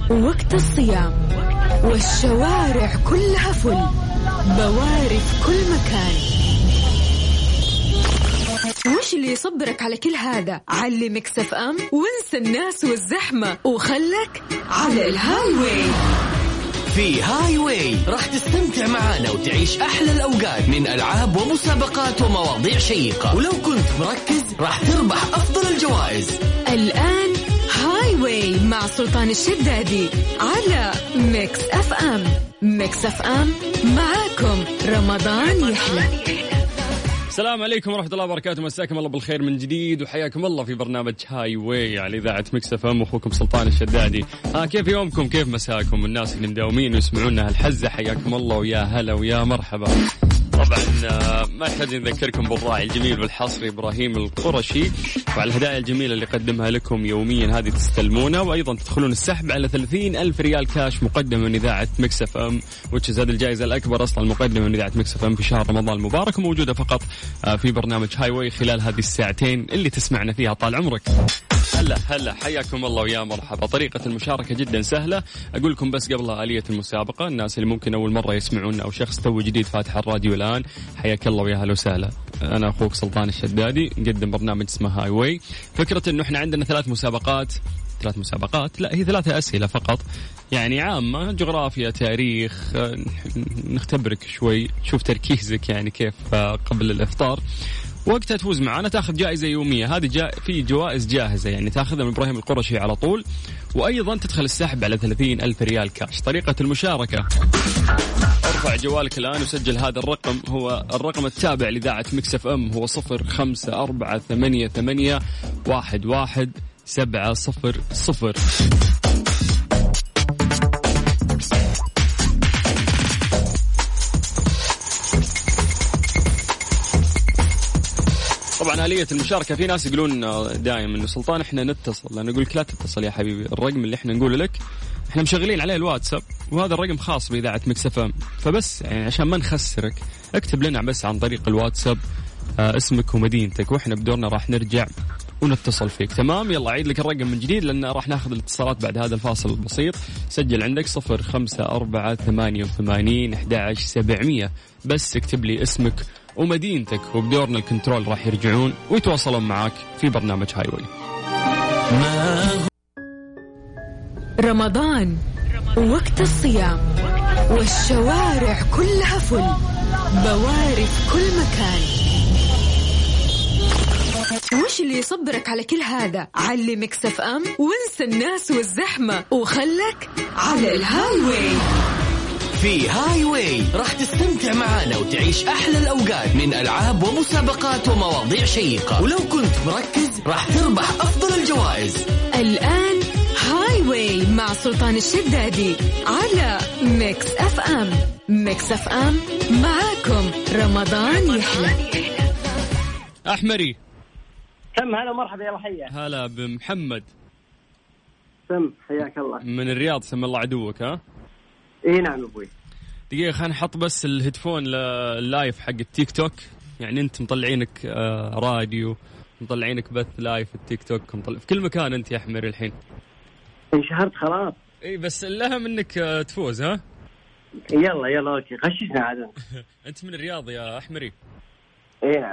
وقت الصيام والشوارع كلها فل، بواري في كل مكان. وش اللي يصبرك على كل هذا؟ علي ميكس اف ام وانسى الناس والزحمة وخلك على الهاي واي. في هاي واي راح تستمتع معانا وتعيش أحلى الأوقات من ألعاب ومسابقات ومواضيع شيقة، ولو كنت مركز راح تربح أفضل الجوائز. الآن هاي واي مع سلطان الشدادي على ميكس اف ام. ميكس اف ام معاكم رمضان يحلى. السلام عليكم ورحمة الله وبركاته، مساكم الله بالخير من جديد وحياكم الله في برنامج هاي واي على إذاعة ميكس اف ام. أخوكم سلطان الشدادي. كيف يومكم؟ كيف مساكم؟ الناس اللي مداومين ويسمعونا هالحزة حياكم الله ويا هلا ويا مرحبا. طبعا ما يحتاج نذكركم بالراعي الجميل والحصري إبراهيم القرشي وعلى الهدايا الجميلة اللي قدمها لكم يوميا، هذه تستلمونها، وأيضا تدخلون السحب على 30,000 ريال كاش مقدمة من إذاعة ميكس اف ام، وتشز هذه الجائزة الأكبر أصلا مقدمة من إذاعة ميكس اف ام في شهر رمضان المبارك، وموجودة فقط في برنامج هاي واي خلال هذه الساعتين اللي تسمعنا فيها طال عمرك. هلا حياكم الله ويا مرحبا. طريقة المشاركة جدا سهلة، أقول لكم بس قبلها آلية المسابقة. الناس اللي ممكن أول مرة يسمعون أو شخص تو جديد فاتح الراديو الآن، حياك الله ويا هلا وسهلا. أنا أخوك سلطان الشدادي، نقدم برنامج اسمه هاي واي. فكرة إنه إحنا عندنا ثلاث مسابقات، لا هي 3 أسئلة فقط، يعني عامة، جغرافيا، تاريخ، نختبرك شوي نشوف تركيزك يعني كيف قبل الإفطار. وقتها تفوز معنا تاخذ جائزة يومية، هذه في جوائز جاهزة يعني تاخذها من إبراهيم القرشي على طول، وأيضا تدخل السحب على 30,000 ريال كاش. طريقة المشاركة: ارفع جوالك الآن وسجل هذا الرقم، هو الرقم التابع لإذاعة ميكس اف ام، هو 0548811700. طبعا آلية المشاركة، في ناس يقولون دائما إنه سلطان إحنا نتصل، أنا أقول لك لا تتصل يا حبيبي، الرقم اللي إحنا نقوله لك إحنا مشغلين عليه الواتساب، وهذا الرقم خاص بإذاعة ميكس اف ام، فبس يعني عشان ما نخسرك اكتب لنا بس عن طريق الواتساب اسمك ومدينتك، وإحنا بدورنا راح نرجع ونتصل فيك. تمام؟ يلا عيد لك الرقم من جديد لأن راح ناخذ الاتصالات بعد هذا الفاصل البسيط. سجل عندك 0548811700، بس اكتب لي اسمك ومدينتك، وبدورنا الكنترول راح يرجعون ويتواصلون معاك في برنامج هاي واي. رمضان وقت الصيام والشوارع كلها فل، بواري في كل مكان. وش اللي يصبرك على كل هذا؟ علي ميكس اف ام وانسى الناس والزحمة وخلك على الهاي واي. في هاي واي راح تستمتع معانا وتعيش أحلى الأوقات من ألعاب ومسابقات ومواضيع شيقة، ولو كنت مركز راح تربح أفضل الجوائز. الآن هاي واي مع سلطان الشدادي على ميكس اف ام. ميكس اف ام معاكم رمضان يحلى. أحمري سم، هلا مرحبا، يلا حيا. هلا بمحمد. سم، حياك الله. من الرياض، سم الله عدوك. ها اي نعم ابوي. دقيقة خلينا نحط بس الهيدفون لللايف حق التيك توك، يعني انت مطلعينك راديو، مطلعينك بث لايف التيك توك، مطلع في كل مكان انت يا احمري الحين. انشهرت خلاص. اي بس الاهم انك تفوز. ها يلا اوكي، غششنا عاد. انت من الرياض يا احمري؟ اي نعم.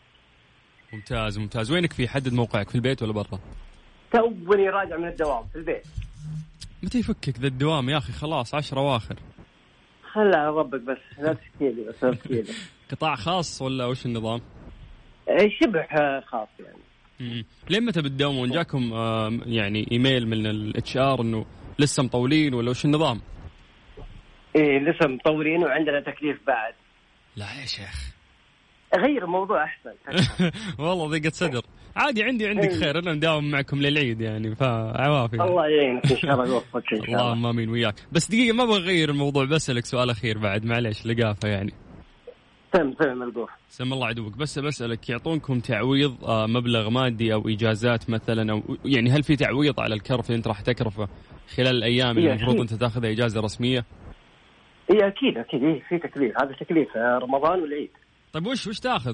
ممتاز. وينك؟ في حدد موقعك، في البيت ولا برا؟ توني راجع من الدوام في البيت. متى يفكك ذا الدوام يا اخي؟ خلاص 10 أواخر. خلى على ربك بس، لا تشكيلي بس تشكيلي. قطاع خاص ولا وش النظام؟ شبه خاص يعني. لين متى بتداومون؟ جاكم يعني ايميل من الاتش ار انه لسه مطولين ولا وش النظام؟ ايه لسه مطولين وعندنا تكليف بعد. لا يا شيخ غير الموضوع احسن. والله ضيقة صدر. عادي عندك خير، انا مداوم معكم للعيد يعني، فعوافي. الله يعينك ان شاء الله، يوفقك ان شاء الله. اللهم امين وياك. بس دقيقة ما ابغى اغير الموضوع، بسألك سؤال اخير بعد، معليش لقافة يعني. تم ملقوف. سم الله عدوك. بس بسألك، يعطونكم تعويض مبلغ مادي او ايجازات مثلا، او يعني هل في تعويض على الكرف اللي انت راح تكرفه خلال الايام اللي المفروض انت تاخذها اجازة رسمية؟ ايه اكيد إيه في تكليف، هذا تكليف رمضان والعيد. طيب وش تاخذ؟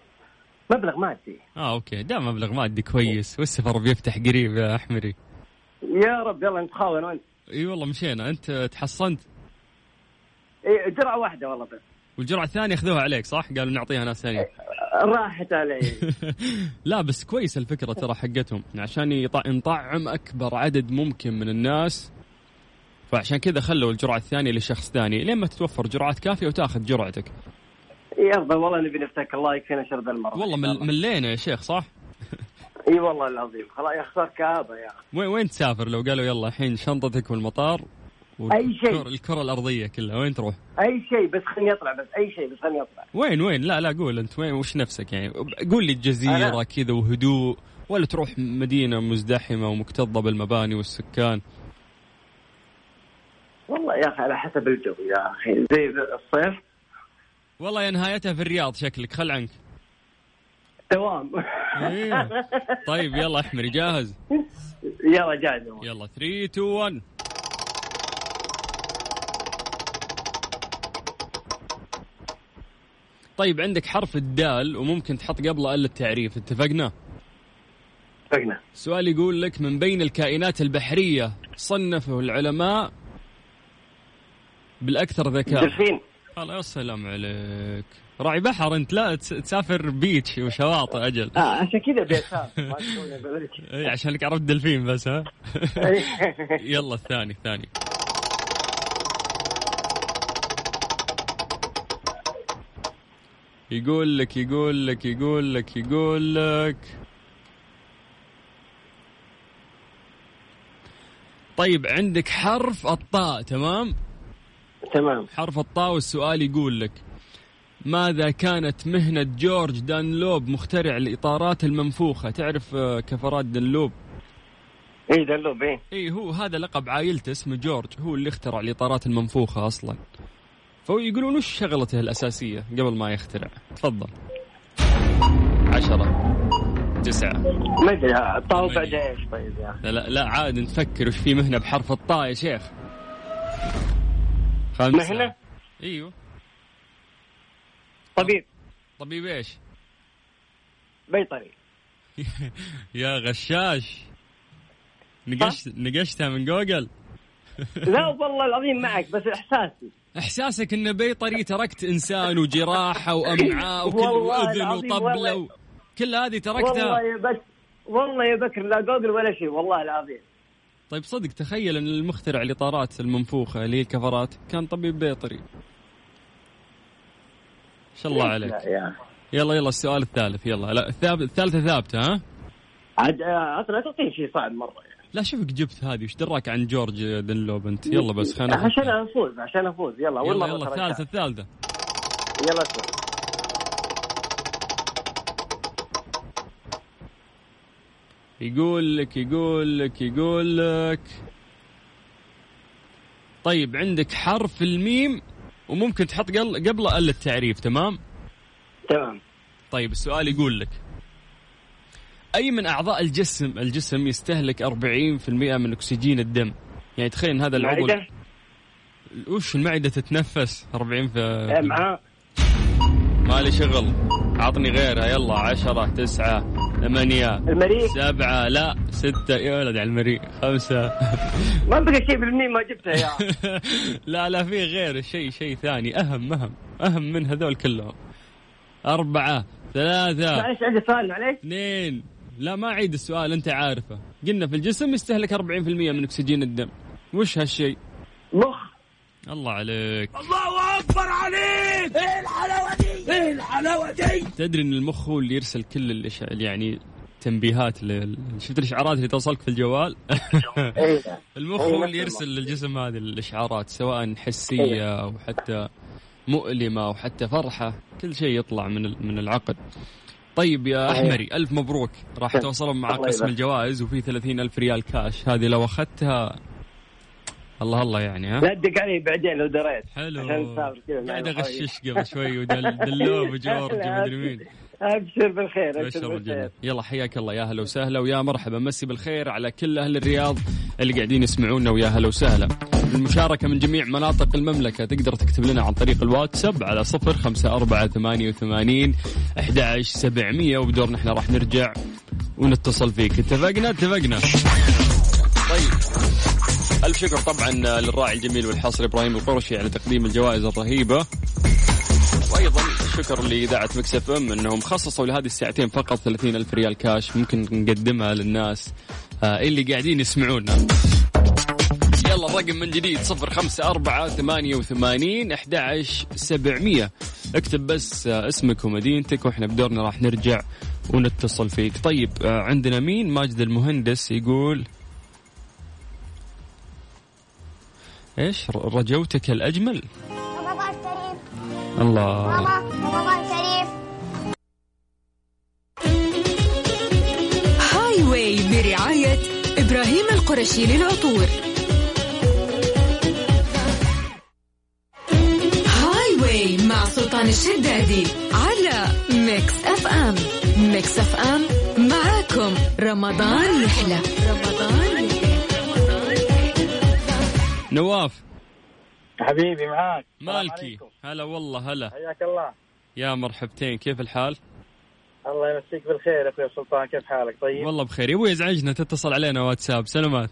مبلغ مادي. اوكي، ده مبلغ مادي كويس، والسفر بيفتح قريب يا احمري. يا رب يلا نتخاون وانت. اي والله مشينا. انت تحصنت؟ اي جرعة واحدة والله بس. والجرعة الثانية اخذوها عليك صح؟ قالوا نعطيها ناس ثانية. راحت علي. لا بس كويس الفكرة ترى حقتهم عشان نطعم أكبر عدد ممكن من الناس، فعشان كذا خلوا الجرعة الثانية لشخص ثاني لين ما تتوفر جرعات كافية وتاخذ جرعتك. يرضى والله نبي نفتك الله يكفينا شر ذا المرض. والله ملينا يا شيخ صح؟ اي والله العظيم خلاص يا خسارة كآبة يا أخي. وين تسافر لو قالوا يلا الحين شنطتك والمطار أي شيء الكرة الأرضية كلها وين تروح؟ أي شيء بس خلني أطلع بس أي شيء بس خلني أطلع. وين لا قول أنت وين وش نفسك يعني قول لي الجزيرة كذا وهدوء ولا تروح مدينة مزدحمة ومكتظة بالمباني والسكان؟ والله يا أخي على حسب الجو يا أخي زي الصيف. والله يا نهايتها في الرياض شكلك خل عنك. تمام. إيه. طيب يلا أحمري جاهز؟ يلا جاهز. يلا 3 2 1. طيب عندك حرف الدال وممكن تحط قبله آلة التعريف، اتفقنا؟ اتفقنا. السؤال يقول لك من بين الكائنات البحرية صنفه العلماء بالأكثر ذكاء. دلفين. الله يا سلام عليك، راعي بحر أنت، لا تسافر بيتش وشواطئ أجل. عشان كذا بيتسافر ما تقول إيه عشان لك عرفت دلفين بس ها. يلا الثاني. يقول لك طيب عندك حرف الطاء. تمام حرف الطاء. والسؤال يقول لك ماذا كانت مهنة جورج دانلوب مخترع الإطارات المنفوخة؟ تعرف كفرات دانلوب؟ ايه دانلوب ايه هو هذا لقب عائلته اسمه جورج، هو اللي اخترع الإطارات المنفوخة أصلا. فيقولون وش شغلته الأساسية قبل ما يخترع؟ تفضل. 10 9 ما ادري الطاء بعد ايش؟ طيب يا اخي لا عاد نفكر وش في مهنة بحرف الطاء يا شيخ. 5 مهنة؟ ايوه طبيب ايش؟ بيطري. يا غشاش نقشتها من جوجل. لا والله العظيم معك بس احساسك انه بيطري تركت انسان وجراحه وامعاء وكل واذن وطبله كل هذه تركتها. والله يا بكر لا جوجل ولا شيء والله العظيم. طيب صدق تخيل ان المخترع الاطارات المنفوخه اللي هي الكفرات كان طبيب بيطري. ان شاء الله عليك. يلا السؤال الثالث. يلا لا الثالثه ثابته ها عاد اصلا تعطيني شيء صعب مره يعني. لا شوفك جبت هذه وش دراك عن جورج دانلوب انت. يلا بس خلينا عشان افوز يلا الثالثه يلا يقول لك طيب عندك حرف الميم وممكن تحط قبله آلة التعريف. تمام طيب السؤال يقول لك أي من أعضاء الجسم يستهلك 40% من أكسجين الدم؟ يعني تخيل إن هذا العضو. وش المعدة تتنفس 40 في مالي شغل. عطني غيرها. يلا 10 9 8 المريء 7 لا 6 يا ولد على المريء 5 ما بقى شيء بالميم ما جبتها يا لا في غير شيء ثاني أهم من هذول كلهم. 4 3 معلش عندي سؤال معلش 2 لا ما عيد السؤال أنت عارفه. قلنا في الجسم يستهلك 40% من أكسجين الدم. وش هالشيء؟ مخ. الله عليك. الله أكبر عليك. ايه الحلاوة دي. تدري ان المخ هو اللي يرسل كل يعني تنبيهات شفت الاشعارات اللي توصلك في الجوال؟ المخ هو اللي يرسل للجسم هذه الاشعارات سواء حسية او حتى مؤلمة او حتى فرحة، كل شيء يطلع من العقل. طيب يا أحمري ألف مبروك، راح توصلون معك قسم الجوائز وفي 30,000 ريال كاش. هذه لو أخذتها الله يعني ها. لا تدق علي بعدين لو دريت. حلو. قاعد أغشش قبل شوي ودلوب وجورج ومدري مين. أبشر بالخير. يلا حياك الله، يا هلا وسهلا ويا مرحبا. مسي بالخير على كل أهل الرياض اللي قاعدين يسمعونا ويا هلا وسهلا. المشاركة من جميع مناطق المملكة تقدر تكتب لنا عن طريق الواتساب على 0548811700 وبدورنا احنا راح نرجع ونتصل فيك. اتفقنا. طيب ألف شكر طبعا للراعي الجميل والحاصر إبراهيم القرشي على تقديم الجوائز الرهيبة، وأيضا شكر لإذاعة ميكس اف ام أنهم خصصوا لهذه الساعتين فقط 30,000 ريال كاش ممكن نقدمها للناس اللي قاعدين يسمعونا. يلا الرقم من جديد 0548811700. اكتب بس اسمك ومدينتك وإحنا بدورنا راح نرجع ونتصل فيك. طيب عندنا مين؟ ماجد المهندس يقول إيش رجوتك الأجمل. رمضان كريم. الله رمضان كريم. هاي واي برعاية إبراهيم القرشي للعطور. هاي واي مع سلطان الشدادي على ميكس اف ام. ميكس اف ام معاكم رمضان يحلى. رمضان يحلى. نواف حبيبي معاك. مالكي؟ هلا والله هلا. حياك الله. يا مرحبتين، كيف الحال؟ الله يمسيك بالخير يا اخوي سلطان، كيف حالك؟ طيب والله بخير. يبغى يزعجنا تتصل علينا واتساب. سلامات.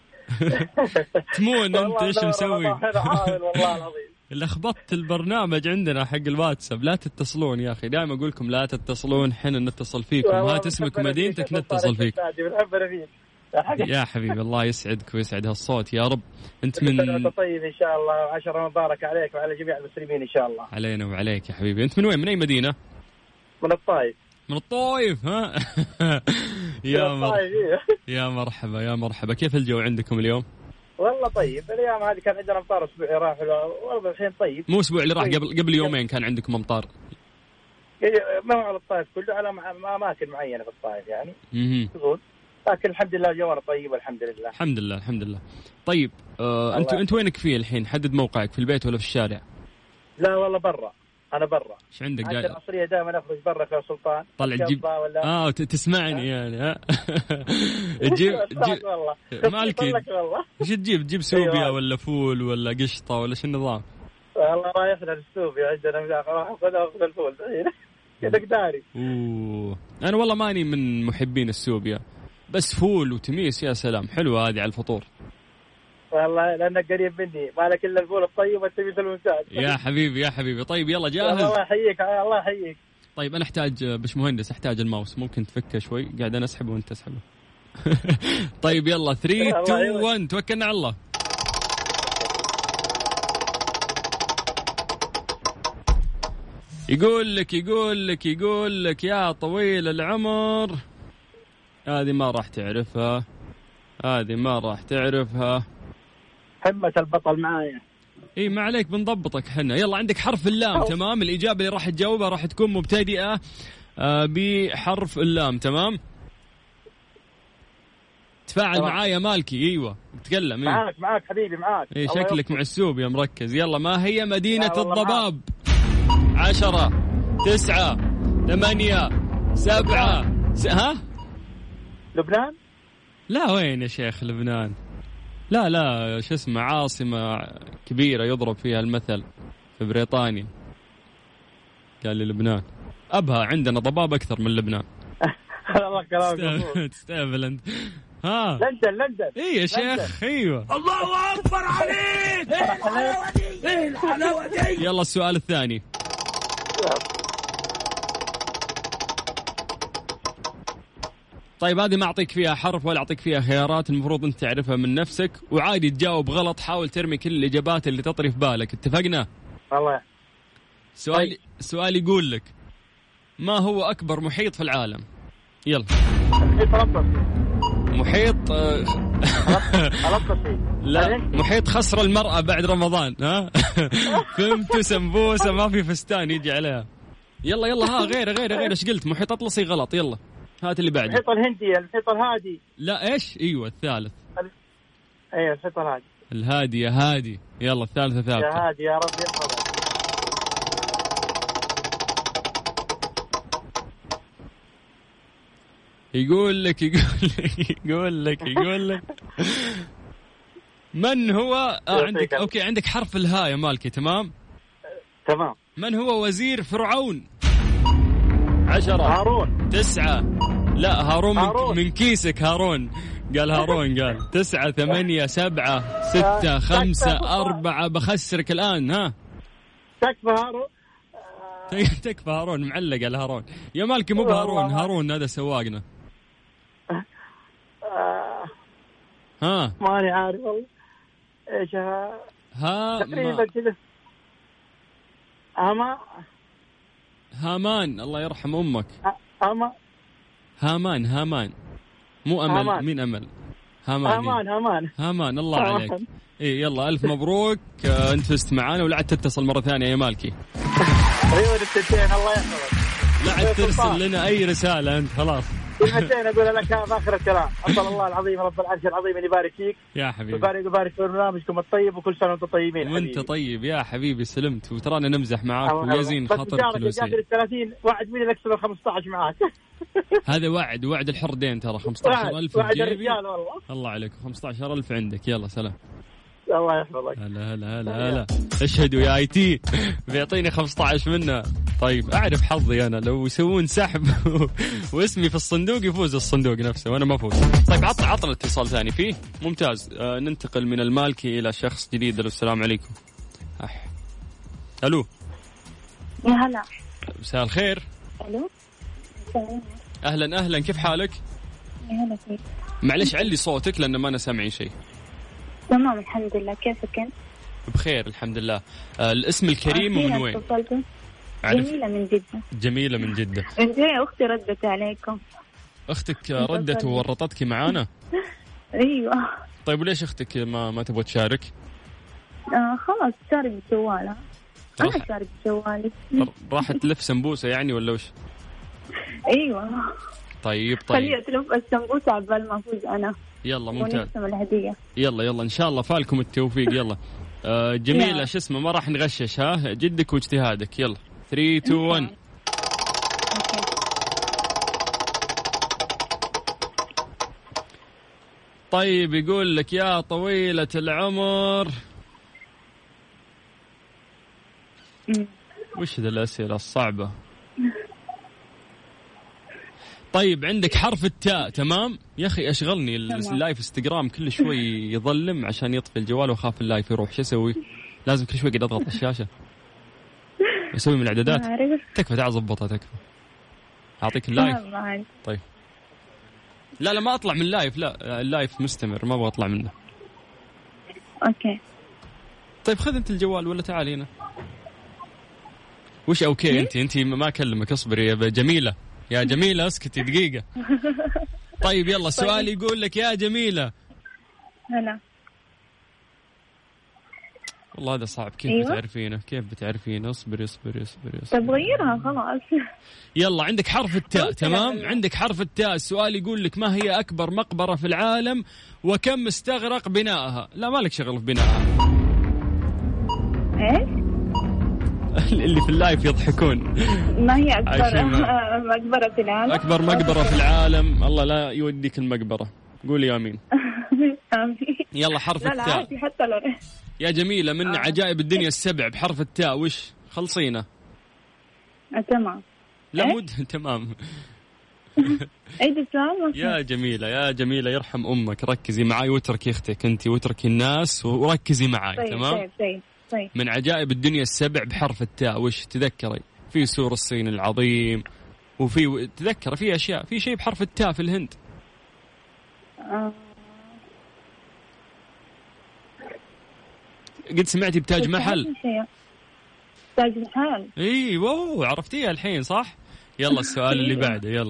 تمون انت ايش مسوي؟ والله العظيم لخبطت البرنامج عندنا حق الواتساب. لا تتصلون يا اخي، دائما اقول لكم لا تتصلون، حنا نتصل فيكم. هات اسمك ومدينتك نتصل فيك. يا حبيبي الله يسعدك ويسعد هالصوت يا رب. انت من طيب ان شاء الله، وعشرة مبارك عليك وعلى جميع المسلمين ان شاء الله. علينا وعليك يا حبيبي. انت من وين؟ من اي مدينة؟ من الطائف. من الطائف ها. يا مرحبا يا مرحبا. كيف الجو عندكم اليوم؟ والله طيب، الايام هذه كان عندنا امطار اسبوعي راح، والله الحين طيب. مو اسبوع اللي راح، قبل يومين كان عندكم امطار. ما هو على الطائف كله، على اماكن معينه في الطائف يعني. تقول لكن الحمد لله جونا طيب والحمد لله. الحمد لله الحمد لله. طيب انت وينك فيه الحين؟ حدد موقعك، في البيت ولا في الشارع؟ لا والله برا، انا برا. ايش عندك؟ عندي العصريه دائما اخرج برا يا سلطان. طلع تجيب تسمعني يعني تجيب مالكي ايش تجيب سوبيا ولا فول ولا قشطه ولا شو النظام؟ والله رايحنا للسوبيا عندنا، راح اخذ الفول كذا قداري. انا والله ماني من محبين السوبيا، بس فول وتميس يا سلام، حلوه هذه على الفطور والله، لأنك قريب مني، ما لك إلا الفول الطيب والتميس الممتاز. يا حبيبي يا حبيبي. طيب يلا جاهز؟ الله يحييك الله يحييك. طيب أنا أحتاج بش مهندس، أحتاج الماوس، ممكن تفكه شوي؟ قاعد أنا أسحبه وأنت تسحبه. طيب يلا 3 2 1 توكلنا على الله. يقول لك يا طويل العمر، هذه ما راح تعرفها. حمة البطل معايا. اي ما عليك، بنضبطك حنا. يلا عندك حرف اللام. تمام. الإجابة اللي راح تجاوبها راح تكون مبتدئة بحرف اللام. تمام. تفاعل معايا مالكي. ايوه تكلم. معاك حبيبي معاك. اي شكلك مع السوب يا مركز. يلا ما هي مدينة الضباب؟ 10 9 8 7 ها؟ لبنان؟ لا وين يا شيخ لبنان؟ لا شو اسمه، عاصمة كبيرة يضرب فيها المثل في بريطانيا. قال لي لبنان. أبها عندنا ضباب أكثر من لبنان. الله كلامك تستقبل أنت. ها لندن. إيه يا شيخ. أيوة. الله أكبر عليك. إيه الحلاوة دي. يلا السؤال الثاني. طيب هذه ما أعطيك فيها حرف ولا أعطيك فيها خيارات، المفروض أنت تعرفها من نفسك، وعادي تجاوب غلط، حاول ترمي كل الإجابات اللي تطري في بالك. اتفقنا؟ والله. سؤال يقول لك ما هو أكبر محيط في العالم؟ يلا. محيط لا، محيط خسر المرأة بعد رمضان. ها فهمت؟ سمبوسة ما في فستان يجي عليها. يلا ها غير ايش قلت؟ محيط أطلسي غلط. يلا هات اللي بعده. المحيط الهندي، المحيط الهادي. لا ايش؟ ايوه الثالث. ايوه المحيط الهادي. الهادي يا هادي. يلا الثالثة ثابتة. يا هادي يا رب يحفظك. يقول لك من هو عندك اوكي، عندك حرف الهاء يا مالكي. تمام. من هو وزير فرعون؟ 10 هارون. 9 لا هارون من كيسك. هارون قال هارون، قال 9 8 7 6 5 4. بخسرك الآن. ها تكفى هارون. تكفى هارون، معلق على هارون. يا مالكي مو بهارون، هارون هذا سواقنا. ها ماني عارف والله ايش تقريبا كذا. هامان، الله يرحم امك. هامان مو امل. هامان. مين امل؟ هامان الله عليك. اي يلا الف مبروك. انت فزت معانا ولا عاد تتصل مره ثانيه يا مالكي؟ ايوه التسجيل الله يحفظك. لا عاد ترسل لنا اي رساله انت خلاص. كلمتين اقول لك اخر الكلام. اسال الله العظيم رب العرش العظيم ان يبارك فيك يا حبيبي، ويبارك في برنامجكم الطيب، وكل سنه وانتم طيبين. وانت طيب يا حبيبي، سلمت. وترانا نمزح معاك ويزين خاطرك فلوسي. بس 30 وعد مين اكسب 15 معاك. هذا وعد الحردين ترى. 15,000 وعد الرجال والله. الله عليك. 15,000 عندك. يلا سلام. الله يحفظك. هلا اشهدوا يا اي تي بيعطيني 15 منها. طيب اعرف حظي انا، لو يسوون سحب واسمي في الصندوق يفوز الصندوق نفسه وانا ما افوز. طيب عطنا اتصال ثاني فيه. ممتاز. ننتقل من المالكي الى شخص جديد. السلام عليكم. الو. يا هلا. مساء الخير. الو. اهلا كيف حالك؟ يا هلا فيك. معلش علي صوتك لان ما انا سامعين شيء. تمام الحمد لله، كيفك انت؟ بخير الحمد لله. الاسم الكريم ومن وين؟ جميلة من جدة. جميلة من جدة. انت اختي ردت عليكم. اختك ردت وورطتك معانا؟ ايوه. طيب وليش اختك ما تبغى تشارك؟ خلاص شارك بجوالها. انا شارك بجوالي. راحت تلف سمبوسة يعني ولا وش؟ ايوه. طيب خليها تلف السمبوسة عبال ما افوز انا. يلا ممتاز. ونقسم الهدية. يلا ان شاء الله فالكم التوفيق. يلا جميلة. شو اسمه؟ ما راح نغشش. ها جدك واجتهادك. يلا 3 2 1. طيب يقول لك يا طويلة العمر. وش ذا الأسئلة الصعبة؟ طيب عندك حرف التاء. تمام يا أخي أشغلني اللايف انستغرام كل شوي يظلم عشان يطفي الجوال وخاف اللايف يروح. شو أسوي؟ لازم كل شوي قد أضغط على الشاشة. أسوي من الإعدادات. تكفى تعال ضبطها. تكفى أعطيك اللايف. طيب لا ما أطلع من اللايف. لا اللايف مستمر ما أبغى أطلع منه. أوكي طيب خذ أنت الجوال ولا تعالي هنا. وش أوكي أنت ما أكلمك. اصبري يا جميلة. يا جميلة اسكتي دقيقة. طيب يلا السؤال يقول لك يا جميلة. هلا. والله هذا صعب. كيف بتعرفينه؟ اصبري. طب غيرها خلاص. يلا عندك حرف التاء. تمام عندك حرف التاء. السؤال يقول لك ما هي أكبر مقبرة في العالم وكم استغرق بنائها؟ لا مالك شغل في بنائها. ايش؟ اللي في اللايف يضحكون. ما هي أكبر مقبرة في العالم؟ أكبر مقبرة في العالم. الله لا يوديك المقبرة. قولي آمين. يلا حرف التاء. عادي حتى لو. يا جميلة من عجائب الدنيا السبع بحرف التاء وش؟ خلصينا. تمام. لا مود تمام. عيد السؤال. يا جميلة يرحم أمك ركزي معاي وتركي أختك أنت وتركي الناس وركزي معاي. تمام. طيب. من عجائب الدنيا السبع بحرف التاء وش؟ تذكري في سور الصين العظيم وفي تذكر في أشياء في شيء بحرف التاء في الهند. قد سمعتي بتاج محل؟ تاج محل. ايوه عرفتيها الحين صح. يلا السؤال اللي بعده. يلا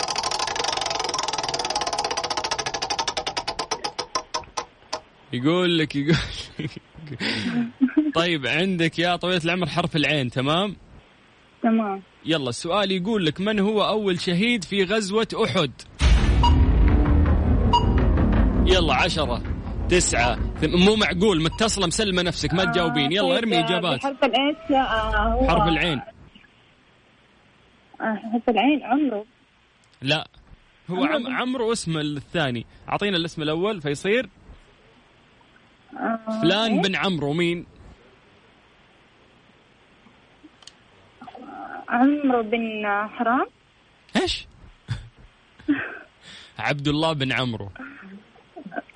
يقول لك طيب عندك يا طويلة العمر حرف العين. تمام يلا السؤال يقول لك من هو أول شهيد في غزوة أحد؟ يلا 10 9 مو معقول متصلة مسلمة نفسك ما تجاوبين. يلا ارمي إجابات. حرف العين. حرف العين. حرف العين عمرو. لا هو عمرو اسم الثاني. أعطينا الاسم الأول فيصير فلان بن عمرو. مين؟ عمرو بن حرام. ايش؟ عبد الله بن عمرو.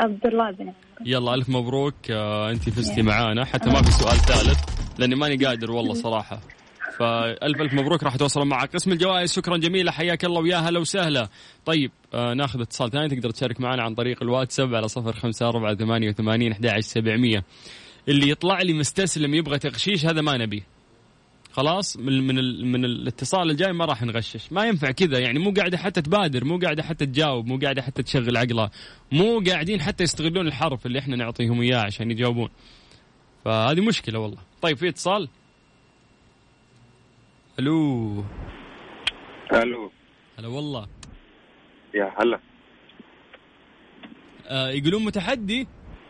عبد الله بن عمرو. يلا ألف مبروك، أنت فزتي معانا، حتى ما في سؤال ثالث لأني ماني قادر والله صراحة. فألف مبروك، راح توصل معك قسم الجوائز. شكرا جميلة، حياك الله ويا هلا وسهلا. طيب ناخذ اتصال ثاني. تقدر تشارك معنا عن طريق الواتساب على 0548811700. اللي يطلع لي مستسلم يبغى تغشيش هذا ما نبي، خلاص من الاتصال الجاي ما راح نغشش. ما ينفع كذا يعني، مو قاعدة حتى تبادر، مو قاعدة حتى تجاوب، مو قاعدة حتى تشغل عقلها، مو قاعدين حتى يستغلون الحرف اللي احنا نعطيهم اياه عشان يجاوبون. فهذه مشكلة والله. طيب في اتصال. الو هلا والله. يا هلا. يقولون متحدي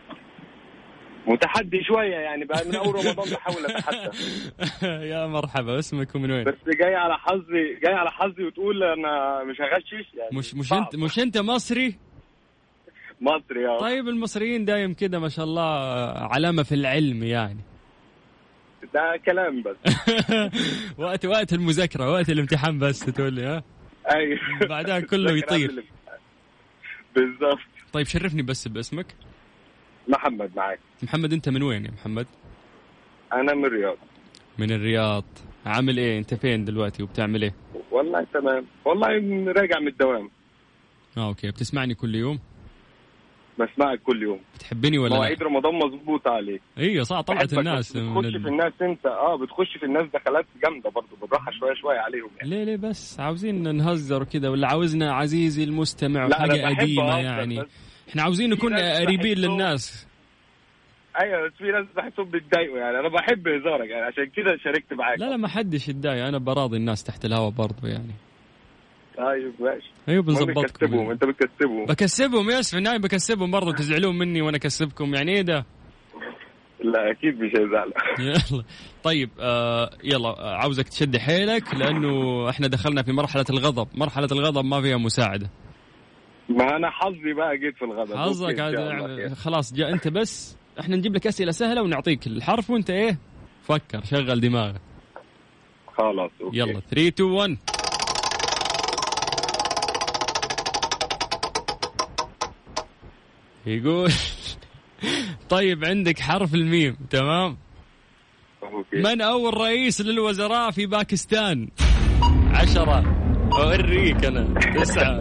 شوية يعني، بعد من أول رمضان بحاول أتحدى. يا مرحبا، اسمك ومن وين؟ بس جاي على حظي وتقول أنا مش هغشش يعني. مش أنت مصري؟ مصري. طيب المصريين دايم كده ما شاء الله، علامة في العلم يعني. ده كلام بس. وقت المذاكرة، وقت الامتحان بس تقول لي ها. أيوه. بعدها كله يطير. بالضبط. طيب شرفني بس باسمك. محمد معاك. محمد، أنت من وين يا محمد؟ أنا من الرياض. من الرياض. عامل إيه؟ أنت فين دلوقتي وبتعمل إيه؟ والله تمام، والله راجع من الدوام. أوكي. بتسمعني كل يوم؟ بسمعك كل يوم. بتحبني ولا لا؟ مواعيد رمضان مظبوطة عليك. ايوه صح، طلعت الناس بتخش في الناس انت، بتخش في الناس دخلات جامدة برضو، بالراحة شوية عليهم يعني. ليه بس عاوزين نهزر كده ولا عاوزنا عزيزي المستمع حاجة قديمة يعني؟ احنا عاوزين نكون قريبين للناس. ايوه، بس في ناس بحسهم بيتضايقوا يعني، انا بحب هزارك يعني عشان كده شاركت معاك. لا ما حدش يتضايق، انا براضي الناس تحت الهواء برضو يعني. طيب ماشي. ايوه بنظبطكم. انت بكسبهم ياسف، نايم بكسبهم برضو، تزعلون مني وانا اكسبكم يعني ايه ده؟ لا اكيد مش هزعل. يلا طيب يلا عاوزك تشد حيلك لانه احنا دخلنا في مرحلة الغضب ما فيها مساعدة. ما انا حظي بقى جيت في الغضب. حظك خلاص جاء انت، بس احنا نجيب لك اسئلة سهلة ونعطيك الحرف وانت ايه فكر، شغل دماغك. خلاص اوكي. يلا 3 2 1. يقول طيب عندك حرف الميم، تمام؟ أوكي. من أول رئيس للوزراء في باكستان؟ 10. أوريك أنا 9.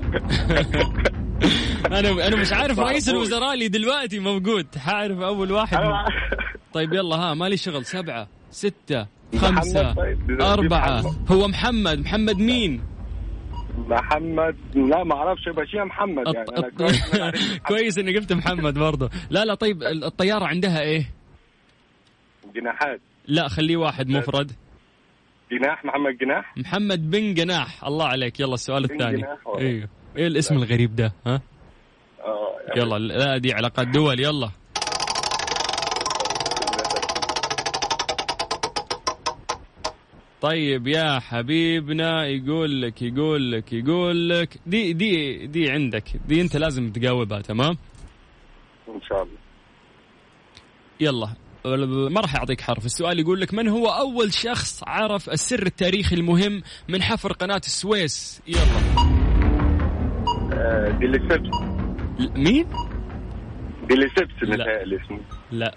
أنا مش عارف رئيس الوزراء اللي دلوقتي موجود، حعرف أول واحد. طيب يلا مالي شغل. 7 6 5 4. هو محمد مين؟ محمد، لا ما اعرفش، بشيء محمد يعني. أنا كويس اني قلت محمد برضه. لا طيب الطيارة عندها ايه؟ جناحات. لا خليه واحد مفرد. جناح. محمد بن جناح. الله عليك. يلا السؤال الثاني. ايوه ايه الاسم الغريب ده ها؟ يعني. يلا لا دي علاقات دول. يلا طيب يا حبيبنا، يقول لك دي عندك، دي انت لازم تجاوبها، تمام؟ ان شاء الله. يلا ما راح اعطيك حرف. السؤال يقول لك من هو اول شخص عرف السر التاريخي المهم من حفر قناة السويس؟ يلا. ديليسيبس. مين؟ ديليسيبس متهيألي اسمه. لا.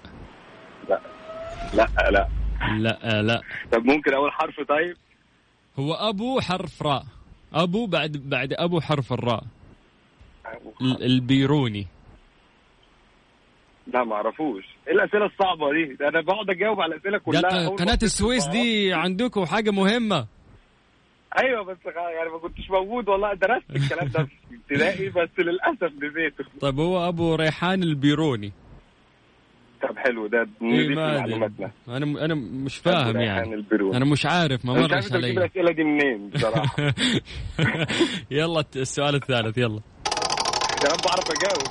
طب ممكن أول حرف؟ طيب هو أبو حرف راء. أبو بعد أبو حرف الراء. البيروني. لا ما اعرفوش. ايه الأسئلة الصعبة دي؟ أنا بقعد أجاوب على الأسئلة كلها. قناة السويس دي عندكم حاجة مهمة. ايوه بس يعني ما كنتش موجود والله، درست الكلام ده في ابتدائي بس للاسف نسيته. طيب هو ابو ريحان البيروني. طب حلو ده نضيف معلوماتنا. انا مش فاهم يعني، انا مش عارف، ما مرش علي. انت الاسئله دي منين بصراحه؟ يلا السؤال الثالث. يلا يا رب اعرف اجاوب.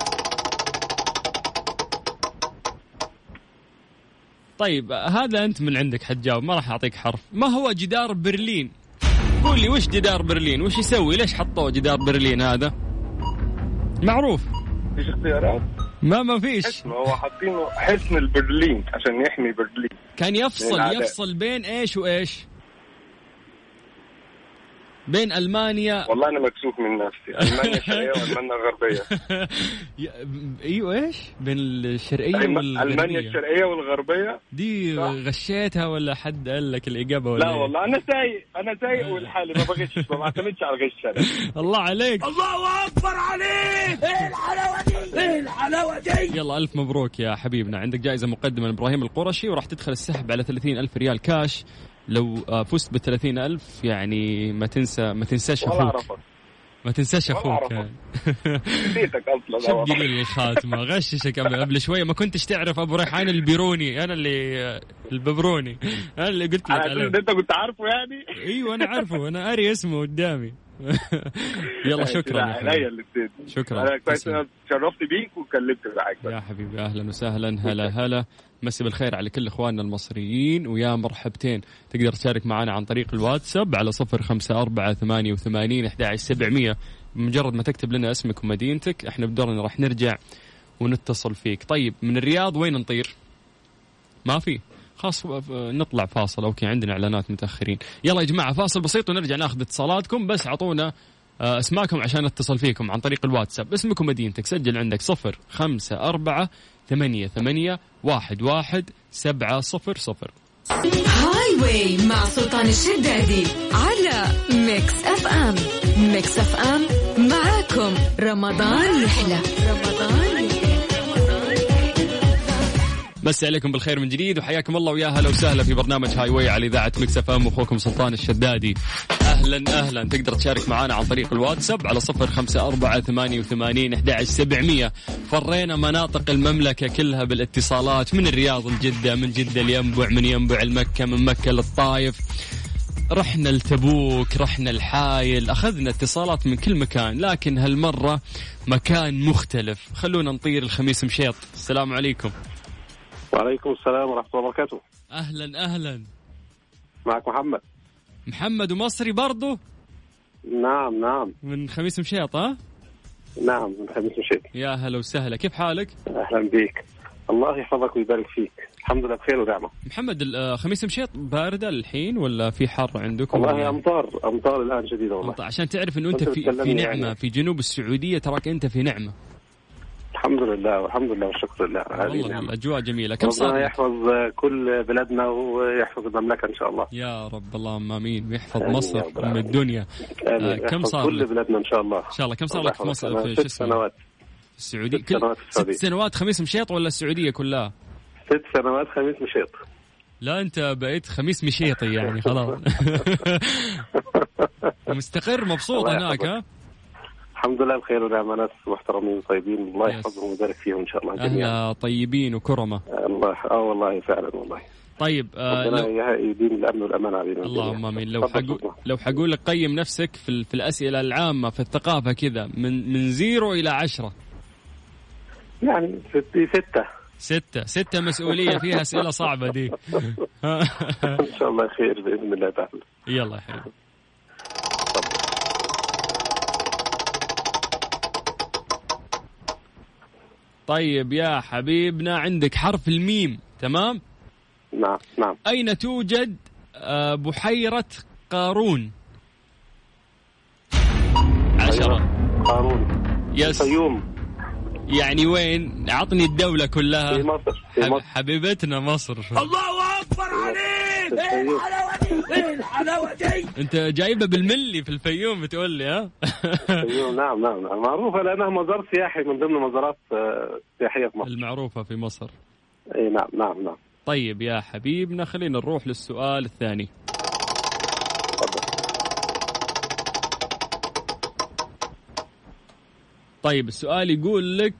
طيب هذا انت من عندك حتجاوب، ما راح اعطيك حرف. ما هو جدار برلين؟ قول لي وش جدار برلين، وش يسوي، ليش حطوه جدار برلين؟ هذا معروف. فيش اختيارات؟ ما فيش. هو حاطينه حصن البرلين عشان يحمي برلين. كان يفصل بين ايش وايش؟ بين ألمانيا. والله أنا مكسوف من نفسي. ألمانيا الشرقية وألمانيا الغربية. أيوة إيش بين الشرقية والغربية؟ ألمانيا الشرقية والغربية دي غشيتها ولا حد قال لك الإجابة ولا؟ لا والله أنا سايق والحالي ما بغشش، ما بعتمدش على الغش أنا. الله عليك. الله أكبر عليك. إيه الحلاوة دي، إيه الحلاوة دي. يلا ألف مبروك يا حبيبنا، عندك جائزة مقدمة من إبراهيم القرشي، وراح تدخل السحب على 30,000 ريال كاش. لو فزت ب30,000 يعني ما تنساش أخوك. ما تنساش أخوك. نسيتك أصلا. شوف قليل الخاتمة غششك قبل شوية، ما كنتش تعرف أبو ريحان البيروني، أنا اللي الببروني، أنا اللي قلت لك عليه. أنت كنت عارفه يعني؟ أيوة أنا عارفه، أنا قاري اسمه قدامي. يلا شكرا. شكرا. أنا كويس شرفت بيك وكلمت معك يا حبيبي. أهلا وسهلا. هلا مسي بالخير على كل إخواننا المصريين ويا مرحبتين. تقدر تشارك معنا عن طريق الواتساب على 0548811700. بمجرد ما تكتب لنا اسمك ومدينتك احنا بدورنا راح نرجع ونتصل فيك. طيب من الرياض وين نطير؟ ما في خاص، نطلع فاصل. أوكي عندنا إعلانات متأخرين. يلا يا جماعة فاصل بسيط ونرجع ناخذ اتصالاتكم، بس عطونا اسماءكم عشان نتصل فيكم عن طريق الواتساب. اسمك ومدينتك سجل عندك 0548811700. هاي واي مع سلطان الشدادي على ميكس اف ام. ميكس اف ام معاكم رمضان يحلى. مسي عليكم بالخير من جديد وحياكم الله ويا هلا وسهلا في برنامج هاي واي على إذاعة ميكس اف ام، أخوكم سلطان الشدادي. أهلا. تقدر تشارك معنا عن طريق الواتساب على 0548811700. فرينا مناطق المملكة كلها بالاتصالات، من الرياض لجدة، من جدة لينبع، من ينبع لمكة، من مكة للطايف، رحنا لتبوك، رحنا الحايل، أخذنا اتصالات من كل مكان، لكن هالمرة مكان مختلف. خلونا نطير الخميس مشيط. السلام عليكم. وعليكم السلام ورحمة الله وبركاته. أهلا. معك محمد ومصري برضو؟ نعم. من خميس مشيط ها؟ نعم من خميس مشيط. يا هلا وسهلا، كيف حالك؟ أهلا بيك، الله يحفظك ويبارك فيك. الحمد لله بخير ونعمة. محمد خميس مشيط باردة الحين ولا في حر عندكم؟ والله أمطار الآن شديدة والله. عشان تعرف إنه أنت في نعمة يعني. في جنوب السعودية تراك أنت في نعمة. الحمد لله والشكر لله. والله الأجواء جميلة. كم صار؟ الله يحفظ كل بلدنا ويحفظ المملكة إن شاء الله يا رب. اللهم آمين. ويحفظ مصر من الدنيا. كم صار كل بلدنا إن شاء الله. إن شاء الله. كم صار لك في مصر؟ في 6 سنوات. السعودية 6 سنوات خميس مشيط ولا السعودية كلها؟ 6 سنوات خميس مشيط. لا أنت بقيت خميس مشيطي يعني خلاص. مستقر مبسوط هناك ها؟ الحمد لله بخير ونعمة، ناس محترمين طيبين، الله يحفظهم ويبارك فيهم إن شاء الله جميعا. طيبين وكرمة. الله والله فعلا والله. طيب يدين الأمن والأمان علينا. اللهم آمين. لو حقول لك قيم نفسك في الأسئلة العامة في الثقافة كذا من 0 إلى 10. يعني 6 مسؤولية فيها أسئلة صعبة دي. إن شاء الله خير بإذن الله تعالى. يلا يا حبيبي. طيب يا حبيبنا عندك حرف الميم، تمام؟ نعم. أين توجد بحيرة قارون؟ 10. قارون. يس. الفيوم. يعني وين؟ عطني الدولة كلها. في مصر. حبيبتنا مصر. الله أكبر عليك. إيه الحلاوة دي. أنت جايبة بالملي في الفيوم بتقول لي ها؟ الفيوم نعم معروفة لأنها مزار سياحي من ضمن مزارات سياحية في مصر المعروفة في مصر. أي نعم. طيب يا حبيبنا خلينا نروح للسؤال الثاني. طيب السؤال يقول لك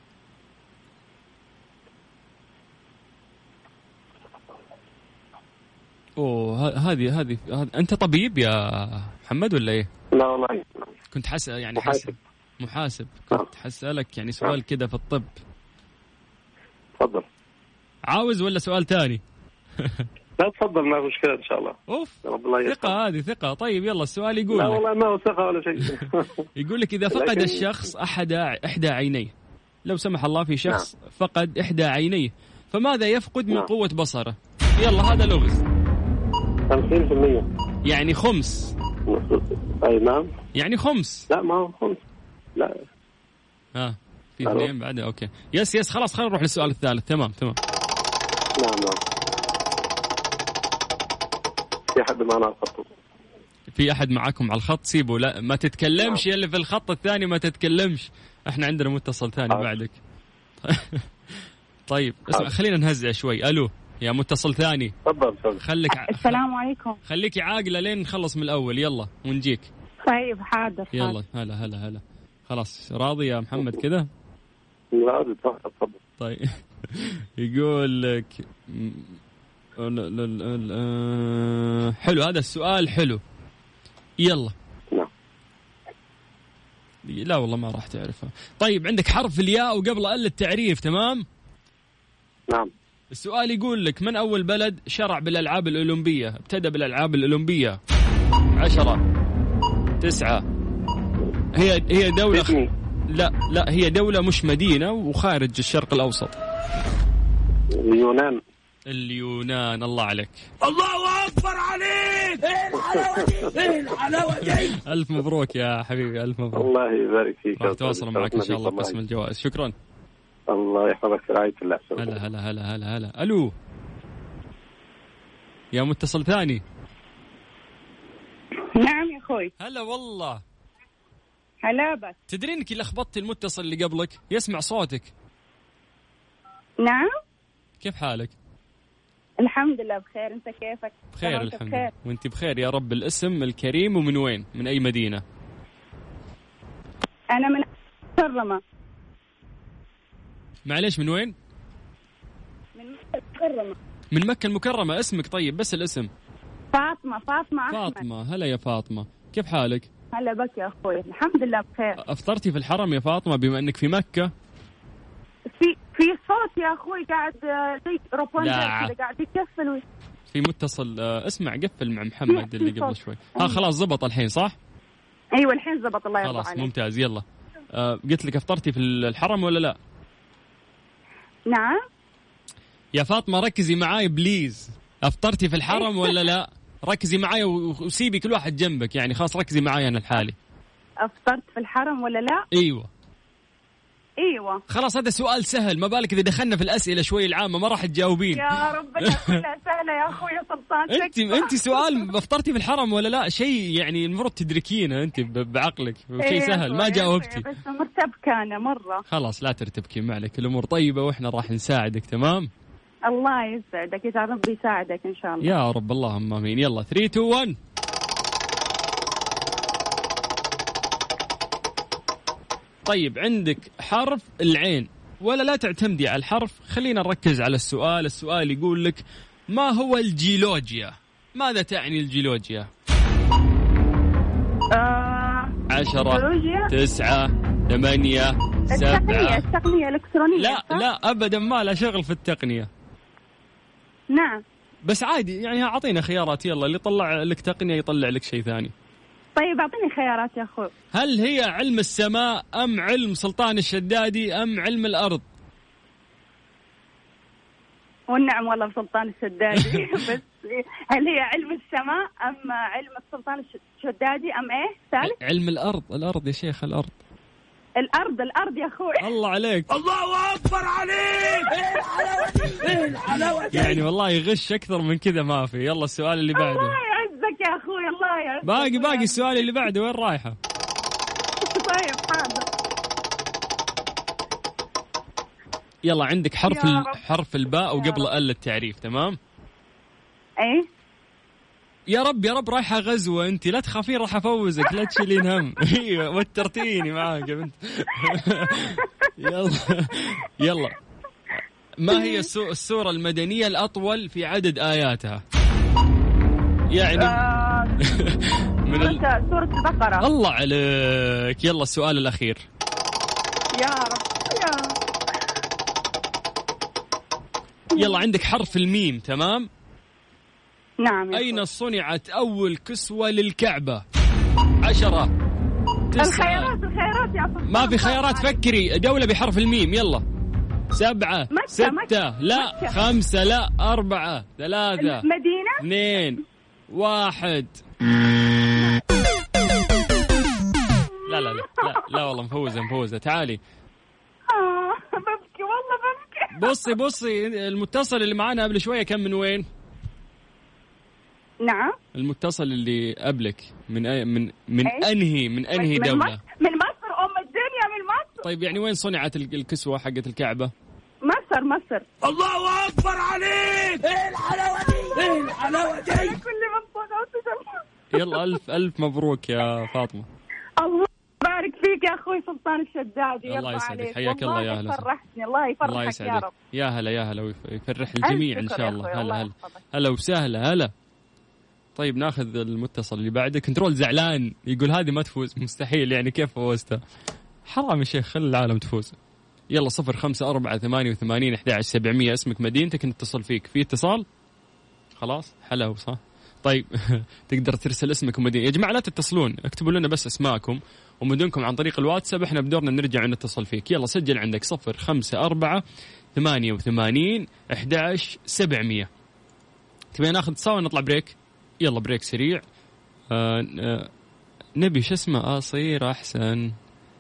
هذه أنت طبيب يا محمد ولا إيه؟ لا والله كنت يعني محاسب. كنت حسألك يعني سؤال كده في الطب. تفضل. عاوز ولا سؤال تاني؟ لا تفضل ما في مشكلة إن شاء الله. ثقة هذه ثقة. طيب يلا السؤال يقول لا والله ما هو ثقة ولا شيء. يقول لك إذا فقد الشخص إحدى عينيه، لو سمح الله في شخص فقد إحدى عينيه، فماذا يفقد من قوة بصره؟ يلا هذا لغز. 50%. يعني خمس أي نعم. يعني خمس. لا ما هو خمس. لا. في اثنين بعد. أوكي يس خلاص خلينا نروح للسؤال الثالث. تمام. نعم. في أحد معنا على الخط؟ في أحد معاكم على الخط؟ سيبه، لا ما تتكلمش. اللي في الخط الثاني ما تتكلمش. احنا عندنا متصل ثاني بعدك. طيب اسمع، خلينا نهزع شوي. ألو يا متصل ثاني. تفضل. السلام عليكم. خليكي عاقلة لين نخلص من الأول. يلا ونجيك. طيب حاضر. يلا هلا. خلاص راضي يا محمد كذا؟ راضي. تفضل. طيب يقول لك حلو هذا السؤال حلو. يلا. نعم. لا والله ما راح تعرفها. طيب عندك حرف الياء وقبل التعريف. تمام. نعم. السؤال يقول لك من أول بلد شرع بالألعاب الأولمبية، ابتدى بالألعاب الأولمبية؟ 10 9. هي دولة لا هي دولة مش مدينة وخارج الشرق الأوسط. اليونان. الله عليك. الله أكبر عليك. ايه الحلاوة دي. ألف مبروك يا حبيبي، ألف مبروك. الله يبارك فيك. راح تواصل معك إن شاء الله بقسم الجوائز. شكرا. الله يحفظك في رعاية الله. هلا. ألو يا متصل ثاني. نعم يا أخوي. هلا والله. هلا بس. تدرين إنك لخبطت المتصل اللي قبلك، يسمع صوتك. نعم. كيف حالك؟ الحمد لله بخير. أنت كيفك؟ بخير الحمد لله. وأنت بخير يا رب. الاسم الكريم ومن وين؟ من أي مدينة؟ أنا من المكرمة. معليش من وين؟ من مكة المكرمة. من مكة المكرمة. اسمك طيب بس الاسم؟ فاطمة أحمد. فاطمة. هلا يا فاطمة، كيف حالك؟ هلا بك يا أخوي. الحمد لله بخير. أفطرتي في الحرم يا فاطمة بما أنك في مكة؟ في صوت يا أخوي قاعد زي روبوندر كذا قاعد يكفل. في متصل. اسمع قفل مع محمد اللي قبل شوي. خلاص زبط الحين صح؟ أيوة الحين زبط. الله يرضى عليك. خلاص ممتاز. يلا قلت لك أفطرتي في الحرم ولا لا؟ نعم يا فاطمة ركزي معاي بليز. أفطرتي في الحرم ولا لا؟ ركزي معاي وسيبي كل واحد جنبك، يعني خلاص ركزي معاي أنا الحالي. أفطرت في الحرم ولا لا؟ أيوة. خلاص هذا سؤال سهل، ما بالك إذا دخلنا في الأسئلة شوي العامة ما راح تجاوبين. يا رب كلها سهلة يا أخوي سلطان. أنت سؤال أفطرتي في الحرم ولا لا شيء يعني المفروض تدركينه أنت بعقلك، شيء سهل ما جاوبتي. بس مرتبكة أنا مرة. خلاص لا ترتبكي، ما عليك، الأمور طيبة وإحنا راح نساعدك. تمام. الله يسعدك، يا رب يساعدك إن شاء الله. يا رب اللهم آمين. يلا 3 2 1. طيب عندك حرف العين، ولا لا تعتمدي على الحرف، خلينا نركز على السؤال. السؤال يقول لك ما هو الجيولوجيا؟ ماذا تعني الجيولوجيا؟ 10 9 8 7. التقنية الإلكترونية. لا أبدا ما لا شغل في التقنية. نعم بس عادي يعني أعطينا خيارات، يلا اللي يطلع لك تقنية يطلع لك شيء ثاني. طيب أعطيني خيارات يا أخوي. هل هي علم السماء أم علم سلطان الشدادي أم علم الأرض؟ والنعم والله بسلطان الشدادي. بس هل هي علم السماء أم علم السلطان الشدادي أم إيه ثالث؟ علم الأرض يا شيخ. الأرض يا أخوي. الله عليك. الله أكبر عليك. إيه الحلاوة دي. يعني والله يغش أكثر من كذا ما في. يلا السؤال اللي بعده. الله يعزك يا أخوي، الله يعزك. باقي السؤال اللي بعده وين رايحة؟ طيب حاضر. يلا عندك حرف الباء وقبل التعريف. تمام. ايه يا رب رايحة غزوة انت، لا تخافين راح افوزك، لا تشيلين هم. ايوه وترتيني معاك يا بنت. يلا ما هي السورة المدنية الأطول في عدد آياتها؟ يعني سورة البقرة. الله عليك. يلا السؤال الأخير. يا رب. يلا عندك حرف الميم. تمام. نعم. أين صنعت أول كسوة للكعبة؟ 10 9. الخيارات يا أخوي. ما في خيارات، فكري. دولة بحرف الميم. يلا 7 6 لا 5 لا 4 3 مدينة 2 1. لا لا لا لا, لا والله مفوزة تعالي. ببكي والله ببكي. بصي المتصل اللي معانا قبل شوية كان من وين؟ نعم المتصل اللي قبلك من أنهي دولة؟ من مصر أم الدنيا، من مصر. طيب يعني وين صنعت الكسوة حقت الكعبة؟ مصر. الله أكبر عليك. إيه الحلاوة دي. كل ما يلا ألف مبروك يا فاطمة. الله بارك فيك يا أخوي سلطان الشدادي. الله يسعدك، حياك الله يا هلا. فرحتني، الله يفرحك يا رب. يا هلا ويفرح الجميع إن شاء الله. هلا وسهلا هلا. طيب ناخذ المتصل اللي بعده. كنترول زعلان يقول هذه ما تفوز، مستحيل يعني كيف فوزتها؟ حرام يا شيخ، خلي العالم تفوز. يلا 0548811700 اسمك مدينتك نتصل فيك. في اتصال خلاص حلو صح. طيب تقدر ترسل اسمك ومدينة. يا جماعة لا تتصلون، اكتبوا لنا بس اسماءكم ومدنكم عن طريق الواتساب، احنا بدورنا نرجع ونتصل فيك. يلا سجل عندك 0548811700. تبي ناخذ اتصال ونطلع بريك؟ يلا بريك سريع. نبي شو اسمه أصير أحسن.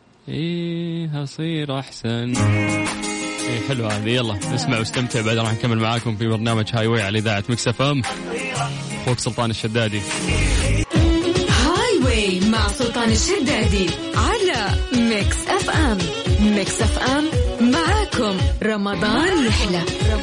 أصير أحسن. حلو هذه. يلا اسمع واستمتع، بعد راح نكمل معاكم في برنامج هاي واي على إذاعة ميكس اف ام. أخوك سلطان الشدادي. هاي واي مع سلطان الشدادي على ميكس اف ام. ميكس اف ام معاكم رمضان يحلى.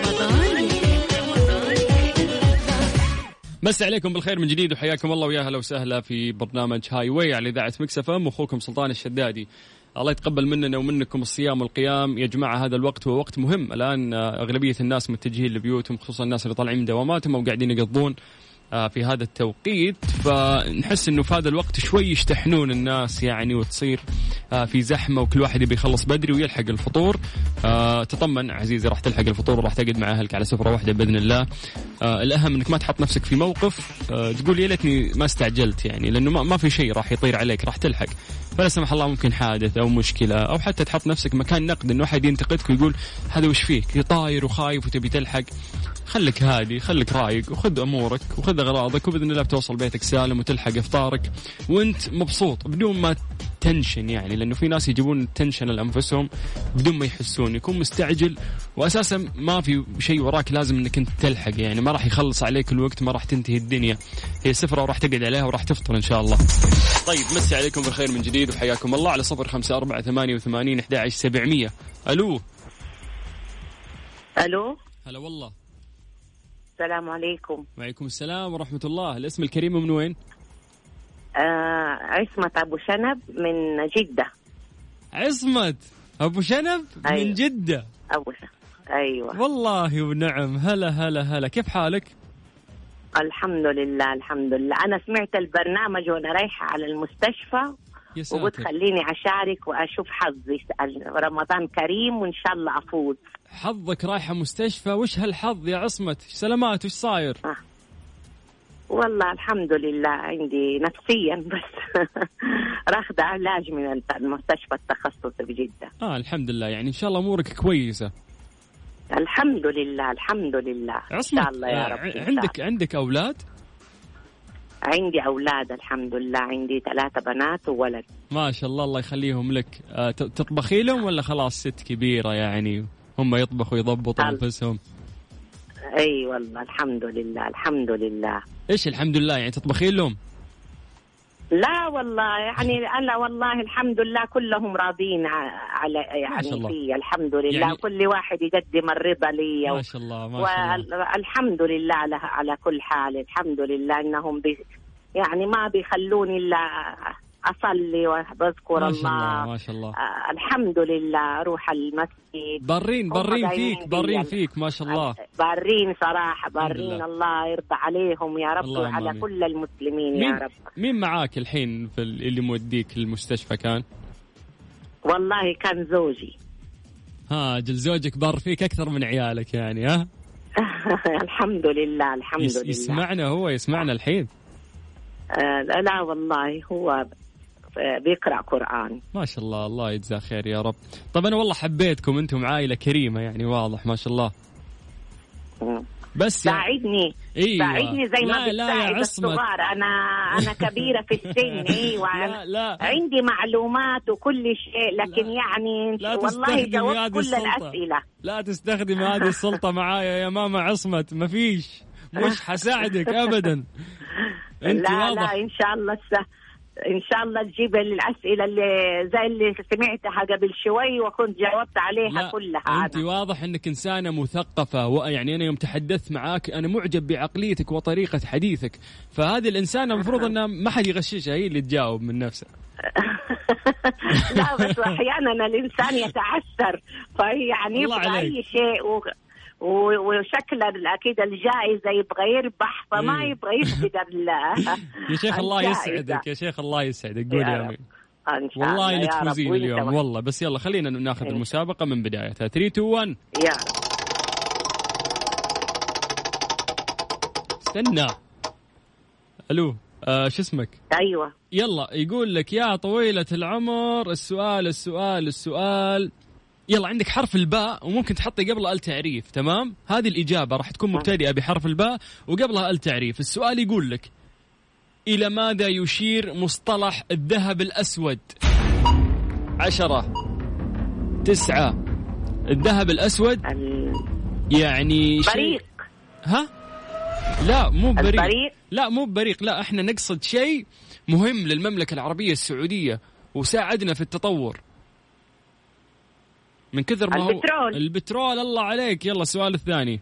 بس عليكم بالخير من جديد وحياكم الله ويا هلا وسهلا في برنامج هاي واي على إذاعة ميكس اف ام. أخوكم سلطان الشدادي. الله يتقبل مننا ومنكم الصيام والقيام يا جماعة. هذا الوقت هو وقت مهم. الآن أغلبية الناس متجهين لبيوتهم، خصوصا الناس اللي طالعين من دواماتهم وقاعدين يقضون في هذا التوقيت، فنحس انه في هذا الوقت شوي يشتحنون الناس يعني، وتصير في زحمة وكل واحد يبي يخلص بدري ويلحق الفطور. تطمن عزيزي، راح تلحق الفطور وراح تقعد مع أهلك على سفرة واحدة بإذن الله. الأهم انك ما تحط نفسك في موقف تقول يا ليتني ما استعجلت يعني، لأنه ما في شيء راح يطير عليك، راح تلحق. فلا سمح الله ممكن حادث أو مشكلة، أو حتى تحط نفسك مكان نقد إنه أحد ينتقدك ويقول هذا وش فيك طاير وخايف وتبي تلحق. خليك هادي، خليك رايق، وخذ أمورك وخذ أغراضك، وبإذن الله بتوصل بيتك سالم وتلحق إفطارك وأنت مبسوط بدون ما تنشن يعني، لأنه في ناس يجيبون التنشن لأنفسهم بدون ما يحسون، يكون مستعجل وأساسا ما في شيء وراك لازم إنك أنت تلحق يعني، ما راح يخلص عليك الوقت، ما راح تنتهي الدنيا، هي سفرة وراح تقعد عليها وراح تفطر إن شاء الله. طيب مسي عليكم بالخير من جديد وحياكم الله على 0548811700. ألو هلا والله. السلام عليكم. وعليكم السلام ورحمة الله. الاسم الكريم من وين؟ عصمة أبو شنب من جدة. عصمة أبو شنب أيوة. من جدة. أبو شنب أيوة والله ونعم. هلا كيف حالك؟ الحمد لله. أنا سمعت البرنامج وأنا رايحة على المستشفى وقلت خليني أشارك وأشوف حظي. رمضان كريم وإن شاء الله أفوز. حظك رايحة مستشفى؟ وش هالحظ يا عصمت؟ سلامات، وش صاير؟ والله الحمد لله عندي نفسيا بس راخد علاج من المستشفى التخصص بجدة. الحمد لله يعني إن شاء الله أمورك كويسة. الحمد لله إن شاء الله يا رب. عندك أولاد؟ عندي أولاد الحمد لله، عندي 3 بنات وولد. ما شاء الله الله يخليهم لك. تطبخي لهم ولا خلاص ست كبيرة يعني هم يطبخوا يضبطوا أنفسهم؟ أي والله الحمد لله. إيش الحمد لله يعني تطبخي لهم؟ لا والله يعني أنا والله الحمد لله كلهم راضين على يعني في الحمد لله يعني كل واحد يقدم الرضا لي. ما شاء الله والحمد لله على كل حال. الحمد لله إنهم يعني ما بيخلوني إلا أصلي وبذكر الله. ما شاء الله. الحمد لله أروح المسجد. بارين فيك ما شاء الله. بارين صراحة الله يرضى عليهم يا رب وعلى كل المسلمين يا رب. مين معاك الحين في اللي موديك المستشفى كان؟ والله كان زوجي. جل زوجك بار فيك أكثر من عيالك يعني ها؟ الحمد لله. يسمعنا الحين؟ لا والله هو بيقرأ قرآن. ما شاء الله الله يجزاه خير يا رب. طب أنا والله حبيتكم أنتم عائلة كريمة يعني واضح ما شاء الله. بس ساعدني أيوة. ساعدني زي ما بتساعد الصغار. أنا كبيرة في السن. أيوة لا. عندي معلومات وكل شيء، لكن يعني والله جاوبت كل الأسئلة. لا تستخدمي هذه السلطة معايا يا ماما عصمت، مفيش، مش حساعدك أبدا. لا إن شاء الله إن شاء الله تجيب الأسئلة اللي زي اللي سمعتها قبل شوي وكنت جاوبت عليها كلها. أنت واضح أنك إنسانة مثقفة، يعني أنا يوم تحدثت معاك أنا معجب بعقليتك وطريقة حديثك، فهذه الإنسانة المفروض أن ما حد يغششها، هي اللي تجاوب من نفسها. لا بس أحيانا الإنسان يتعثر، فهي يعني يبغى أي شيء وشكل أكيد الجائزة يبغى يربح، فما يبغى يفقد يا شيخ الله يسعدك، يا شيخ الله يسعدك، قول يا أمين. والله إنك تفوزين اليوم والله. بس يلا خلينا ناخذ المسابقة من بدايتها. 3 2 1 يا استنى. ألو شو اسمك؟ أيوة يلا يقول لك يا طويلة العمر السؤال يلا عندك حرف الباء وممكن تحطي قبله التعريف. تمام، هذه الإجابة راح تكون مبتدئة بحرف الباء وقبلها التعريف. السؤال يقول لك إلى ماذا يشير مصطلح الذهب الأسود؟ 10 9 الذهب الأسود يعني بريق. ها لا مو بريق. البريق. لا مو بريق، لا احنا نقصد شيء مهم للمملكة العربية السعودية وساعدنا في التطور من كثر ما البترول. هو البترول. الله عليك. يلا السؤال الثاني.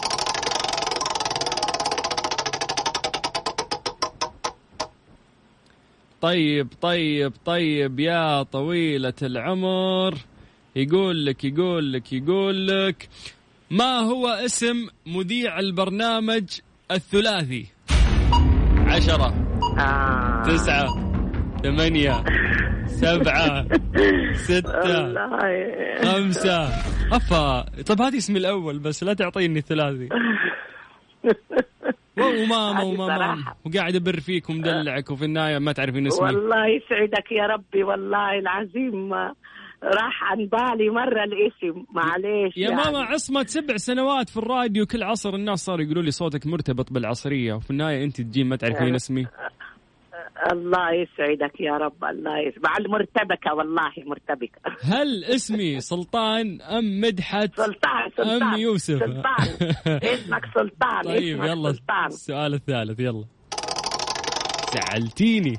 طيب يا طويلة العمر يقول لك ما هو اسم مذيع البرنامج الثلاثي؟ 10 9 8 7 6 5 أفا. طب هذه اسمي الأول بس لا تعطيني ثلاثي. وماما وقاعد أبر فيك ومدلعك وفي النهاية ما تعرفين اسمي. والله يسعدك يا ربي، والله العظيم راح عن بالي مرة الاسم، معليش يا ماما. عصمت 7 سنوات في الراديو، كل عصر الناس صاروا يقولوا لي صوتك مرتبط بالعصرية، وفي النهاية أنت تجين ما تعرفين اسمي. الله يسعدك يا رب. الله يسعدك مع المرتبكة، والله مرتبكة. هل اسمي سلطان أم مدحت؟ سلطان أم يوسف؟ سلطان. اسمك سلطان. طيب اسمك يلا سلطان. السؤال الثالث. يلا زعلتيني.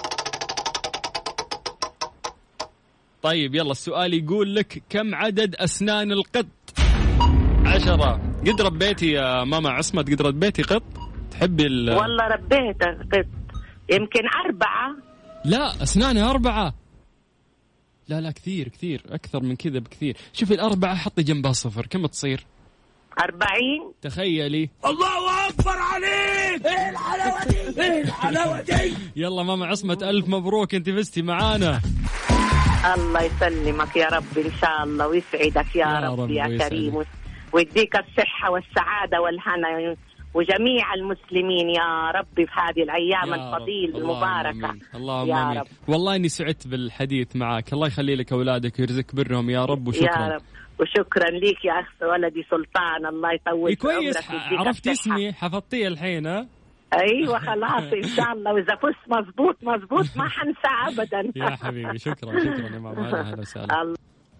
طيب يلا السؤال يقول لك كم عدد أسنان القط؟ 10. قد ربيتي يا ماما عصمت؟ قد ربيتي قط؟ تحبي والله ربيت قط يمكن 4. لا أسنانها 4. لا كثير أكثر من كذا بكثير. شوفي 4 حطي جنبها 0 كم تصير؟ 40. تخيلي. الله أكبر عليك. إيه الحلاوة دي. يلا ماما عصمت ألف مبروك، أنت فزتي معانا. الله يسلمك يا رب إن شاء الله ويسعدك يا رب يا كريم، ويديك الصحة والسعادة والهنا وجميع المسلمين يا رب في هذه الأيام الفضيلة المباركة. اللهم آمين. والله إني سعدت بالحديث معك. الله يخلي لك أولادك ويرزق برهم يا رب. وشكرا يا رب. وشكرا ليك يا أخ ولدي سلطان، الله يطول في عمرك. كويس عرفت اسمي، حفظتيه الحين. أيوة خلاص إن شاء الله، وإذا فزت مزبوط ما حنسى أبدا. يا حبيبي شكرا يا ماما. هلا وسهلا.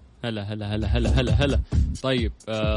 هلا. طيب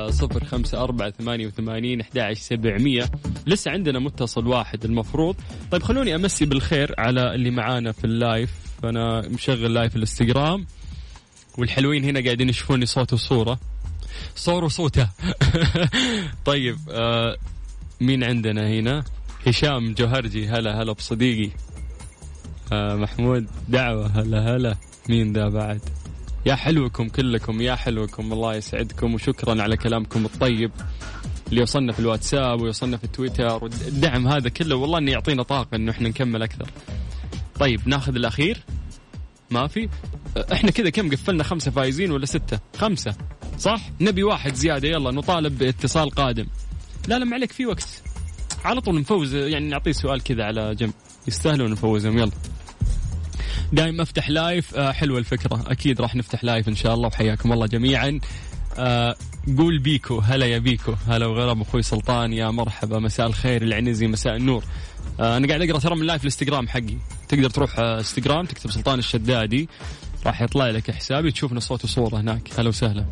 0548811700 لسه عندنا متصل واحد المفروض. طيب خلوني أمسي بالخير على اللي معانا في اللايف. أنا مشغل لايف الانستغرام والحلوين هنا قاعدين يشوفوني صوت وصورة وصوته. طيب مين عندنا هنا؟ هشام جوهرجي. هلا بصديقي. محمود دعوة. هلا. مين ذا بعد؟ يا حلوكم كلكم، يا حلوكم، الله يسعدكم وشكرا على كلامكم الطيب اللي وصلنا في الواتساب ويوصلنا في التويتر، والدعم هذا كله والله انه يعطينا طاقة انه احنا نكمل اكثر. طيب ناخذ الاخير. ما في احنا كذا كم قفلنا؟ 5 فايزين ولا 6؟ 5 صح؟ نبي واحد زيادة. يلا نطالب باتصال قادم. لا ما عليك، في وقت على طول نفوز، يعني نعطيه سؤال كذا على جنب يستاهلون نفوزهم. يلا دايما افتح لايف. حلوة الفكرة، اكيد راح نفتح لايف ان شاء الله. وحياكم الله جميعا. قول بيكو. هلا يا بيكو، هلا وغرب أخوي سلطان، يا مرحبا، مساء الخير العنزي، مساء النور. أنا قاعد أقرأ ترى من لايف الانستغرام حقي، تقدر تروح انستغرام تكتب سلطان الشدادي راح يطلع لك حسابي تشوفنا صوت وصورة هناك. هلا وسهلا.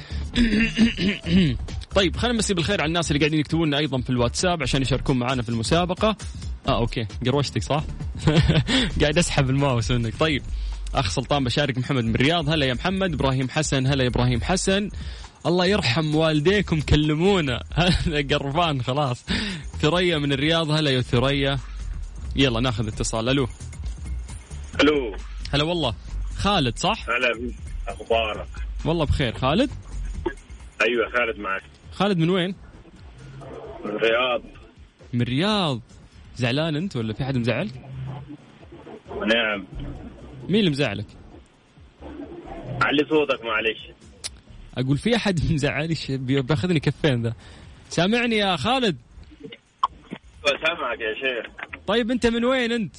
طيب خلينا نمسي بالخير على الناس اللي قاعدين يكتبون لنا أيضا في الواتساب عشان يشاركون معنا في المسابقة. أوكي قروشتك صح؟ قاعد أسحب الماوس منك. طيب أخ سلطان بشارك محمد من الرياض. هلا يا محمد. إبراهيم حسن، هلا يا إبراهيم حسن، الله يرحم والديكم كلمونا. هلا قرفان خلاص. ثريا من الرياض، هلا يا ثريا. يلا ناخذ اتصال. ألو. ألو. هلا والله. خالد صح؟ هلا، أخبارك؟ والله بخير. خالد؟ أيوة خالد معك. خالد من وين؟ من الرياض. من الرياض. زعلان أنت ولا في حد مزعلك؟ نعم. مين اللي مزعلك؟ علي صوتك معلش. أقول في أحد مزعلش بياخذني كفين ذا. سامعني يا خالد؟ سامعك يا شيخ. طيب أنت من وين أنت؟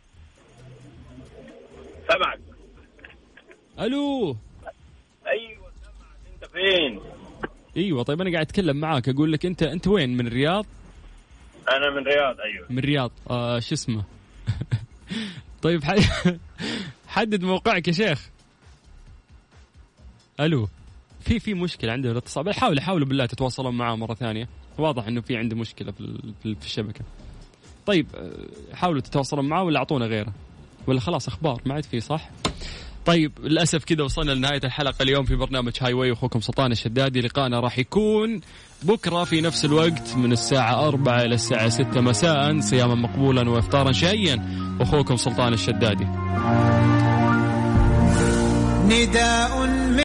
سامعك. ألو. أيوة سامعك. أنت فين؟ ايوه طيب انا قاعد اتكلم معاك، اقول لك انت وين؟ من الرياض؟ انا من الرياض. ايوه من الرياض. شو اسمه؟ طيب حدد موقعك يا شيخ. الو. في مشكله عنده الاتصال، حاولوا بالله تتواصلون معاه مره ثانيه، واضح انه في عنده مشكله في الشبكه. طيب حاولوا تتواصلون معاه ولا اعطونا غيره، ولا خلاص اخبار ما عاد فيه صح؟ طيب للأسف كذا وصلنا لنهاية الحلقة اليوم في برنامج هاي واي، أخوكم سلطان الشدادي. لقانا راح يكون بكرة في نفس الوقت من الساعة 4 إلى الساعة 6 مساء، صياما مقبولا وإفطارا شهيا. أخوكم سلطان الشدادي. نداء